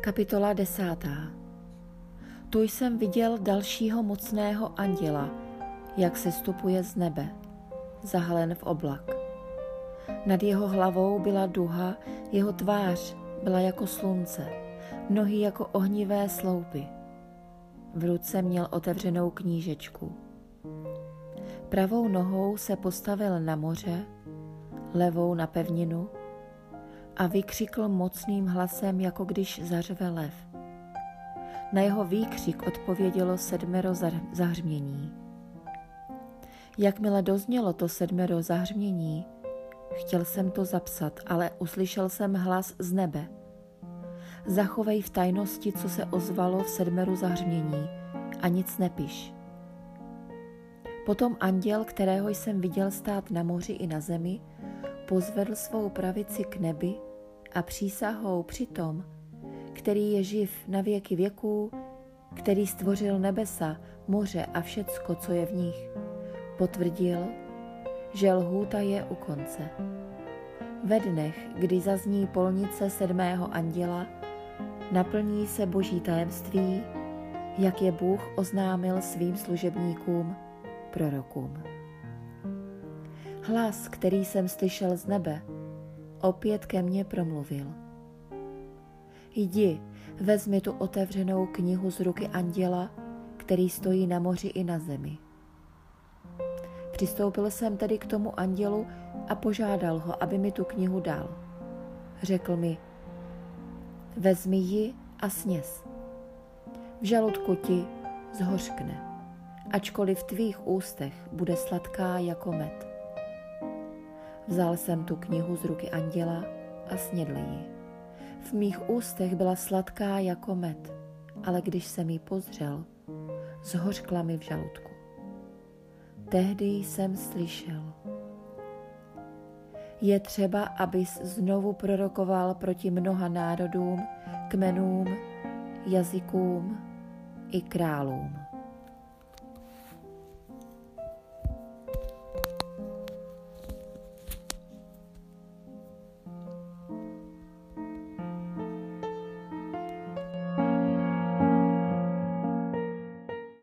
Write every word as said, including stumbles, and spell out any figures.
Kapitola desátá. Tu jsem viděl dalšího mocného anděla, jak sestupuje z nebe, zahalen v oblak. Nad jeho hlavou byla duha, jeho tvář byla jako slunce, nohy jako ohnivé sloupy. V ruce měl otevřenou knížečku. Pravou nohou se postavil na moře, levou na pevninu a vykřikl mocným hlasem, jako když zařve lev. Na jeho výkřik odpovědělo sedmero zahřmění. Jakmile doznělo to sedmero zahřmění, chtěl jsem to zapsat, ale uslyšel jsem hlas z nebe. Zachovej v tajnosti, co se ozvalo v sedmeru zahřmění, a nic nepiš. Potom anděl, kterého jsem viděl stát na moři i na zemi, pozvedl svou pravici k nebi a přísahou při tom, který je živ na věky věků, který stvořil nebesa, moře a všecko, co je v nich, potvrdil, že lhůta je u konce. Ve dnech, kdy zazní polnice sedmého anděla, naplní se boží tajemství, jak je Bůh oznámil svým služebníkům, prorokům. Hlas, který jsem slyšel z nebe, opět ke mně promluvil. Jdi, vezmi tu otevřenou knihu z ruky anděla, který stojí na moři i na zemi. Přistoupil jsem tedy k tomu andělu a požádal ho, aby mi tu knihu dal. Řekl mi, vezmi ji a sněz. V žaludku ti zhořkne, ačkoliv v tvých ústech bude sladká jako med. Vzal jsem tu knihu z ruky anděla a snědl ji. V mých ústech byla sladká jako med, ale když jsem ji pozřel, zhořkla mi v žaludku. Tehdy jsem slyšel. Je třeba, abys znovu prorokoval proti mnoha národům, kmenům, jazykům i králům.